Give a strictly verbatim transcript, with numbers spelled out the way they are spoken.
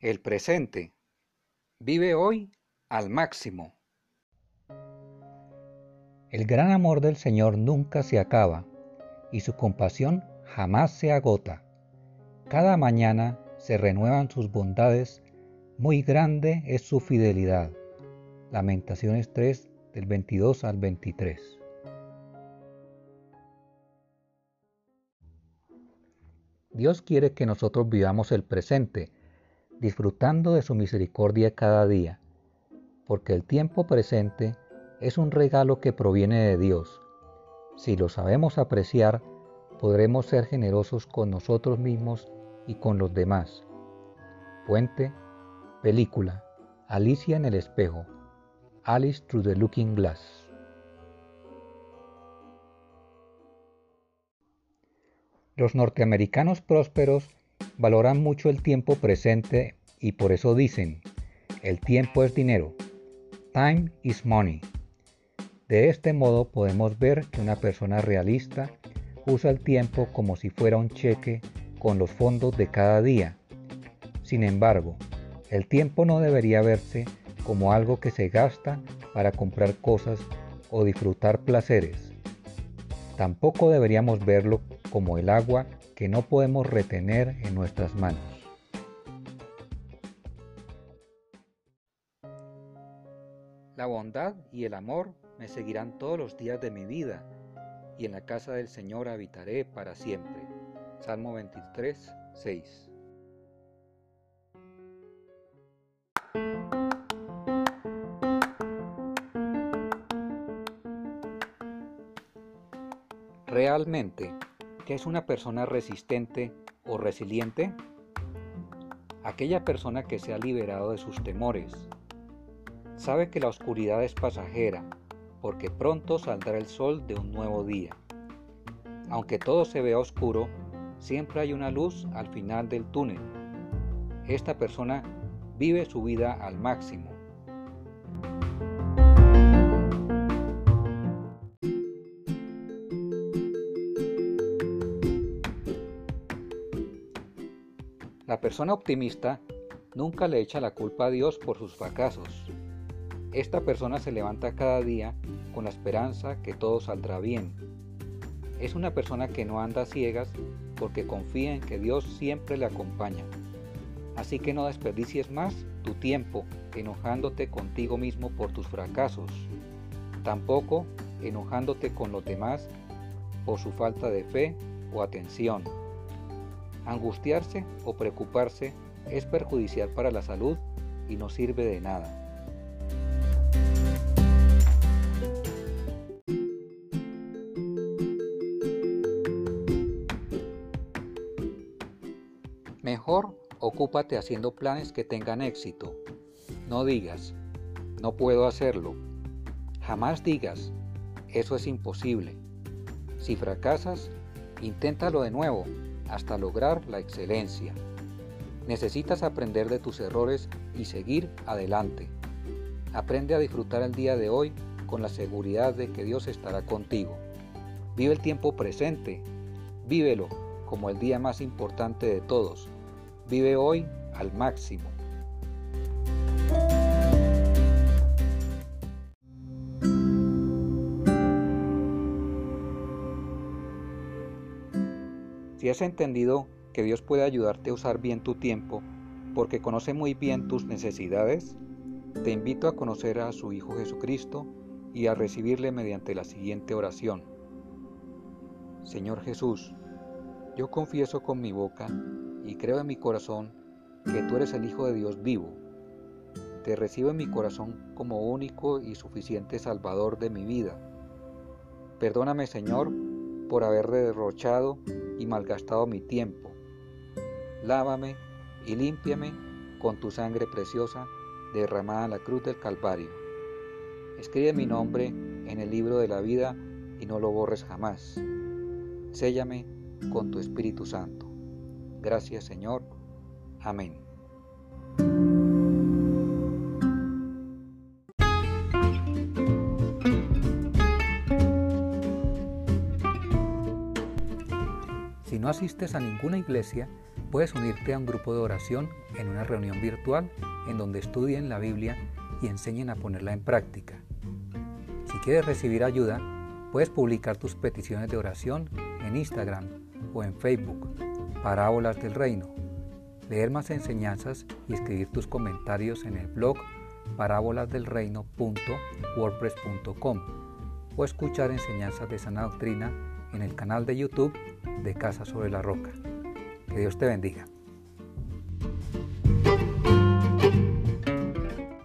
El presente. Vive hoy al máximo. El gran amor del Señor nunca se acaba y su compasión jamás se agota. Cada mañana se renuevan sus bondades, muy grande es su fidelidad. Lamentaciones tres, del veintidós al veintitrés. Dios quiere que nosotros vivamos el presente, disfrutando de su misericordia cada día, porque el tiempo presente es un regalo que proviene de Dios. Si lo sabemos apreciar, podremos ser generosos con nosotros mismos y con los demás. Fuente, película, Alicia en el espejo, Alice Through the Looking Glass. Los norteamericanos prósperos valoran mucho el tiempo presente y por eso dicen, el tiempo es dinero, time is money. De este modo podemos ver que una persona realista usa el tiempo como si fuera un cheque con los fondos de cada día. Sin embargo, el tiempo no debería verse como algo que se gasta para comprar cosas o disfrutar placeres. Tampoco deberíamos verlo como el agua que no podemos retener en nuestras manos. La bondad y el amor me seguirán todos los días de mi vida, y en la casa del Señor habitaré para siempre. Salmo veintitrés, seis. Realmente, ¿qué es una persona resistente o resiliente? Aquella persona que se ha liberado de sus temores. Sabe que la oscuridad es pasajera, porque pronto saldrá el sol de un nuevo día. Aunque todo se vea oscuro, siempre hay una luz al final del túnel. Esta persona vive su vida al máximo. La persona optimista nunca le echa la culpa a Dios por sus fracasos. Esta persona se levanta cada día con la esperanza que todo saldrá bien. Es una persona que no anda a ciegas porque confía en que Dios siempre le acompaña. Así que no desperdicies más tu tiempo enojándote contigo mismo por tus fracasos. Tampoco enojándote con los demás por su falta de fe o atención. Angustiarse o preocuparse es perjudicial para la salud y no sirve de nada. Mejor ocúpate haciendo planes que tengan éxito. No digas, no puedo hacerlo. Jamás digas, eso es imposible. Si fracasas, inténtalo de nuevo hasta lograr la excelencia. Necesitas aprender de tus errores y seguir adelante. Aprende a disfrutar el día de hoy con la seguridad de que Dios estará contigo. Vive el tiempo presente, vívelo como el día más importante de todos. Vive hoy al máximo. Si has entendido que Dios puede ayudarte a usar bien tu tiempo porque conoce muy bien tus necesidades, te invito a conocer a su Hijo Jesucristo y a recibirle mediante la siguiente oración. Señor Jesús, yo confieso con mi boca y creo en mi corazón que tú eres el Hijo de Dios vivo. Te recibo en mi corazón como único y suficiente Salvador de mi vida. Perdóname, Señor, por haber derrochado y malgastado mi tiempo. Lávame y límpiame con tu sangre preciosa derramada en la cruz del Calvario. Escribe mi nombre en el libro de la vida y no lo borres jamás. Séllame con tu Espíritu Santo. Gracias, Señor. Amén. Si no asistes a ninguna iglesia, Puedes unirte a un grupo de oración en una reunión virtual en donde estudien la Biblia y enseñen a ponerla en práctica. Si quieres recibir ayuda, puedes publicar tus peticiones de oración en Instagram o en Facebook, Parábolas del Reino, leer más enseñanzas y escribir tus comentarios en el blog parábolas del reino punto wordpress punto com o escuchar enseñanzas de sana doctrina en el canal de YouTube de Casa sobre la Roca. Que Dios te bendiga.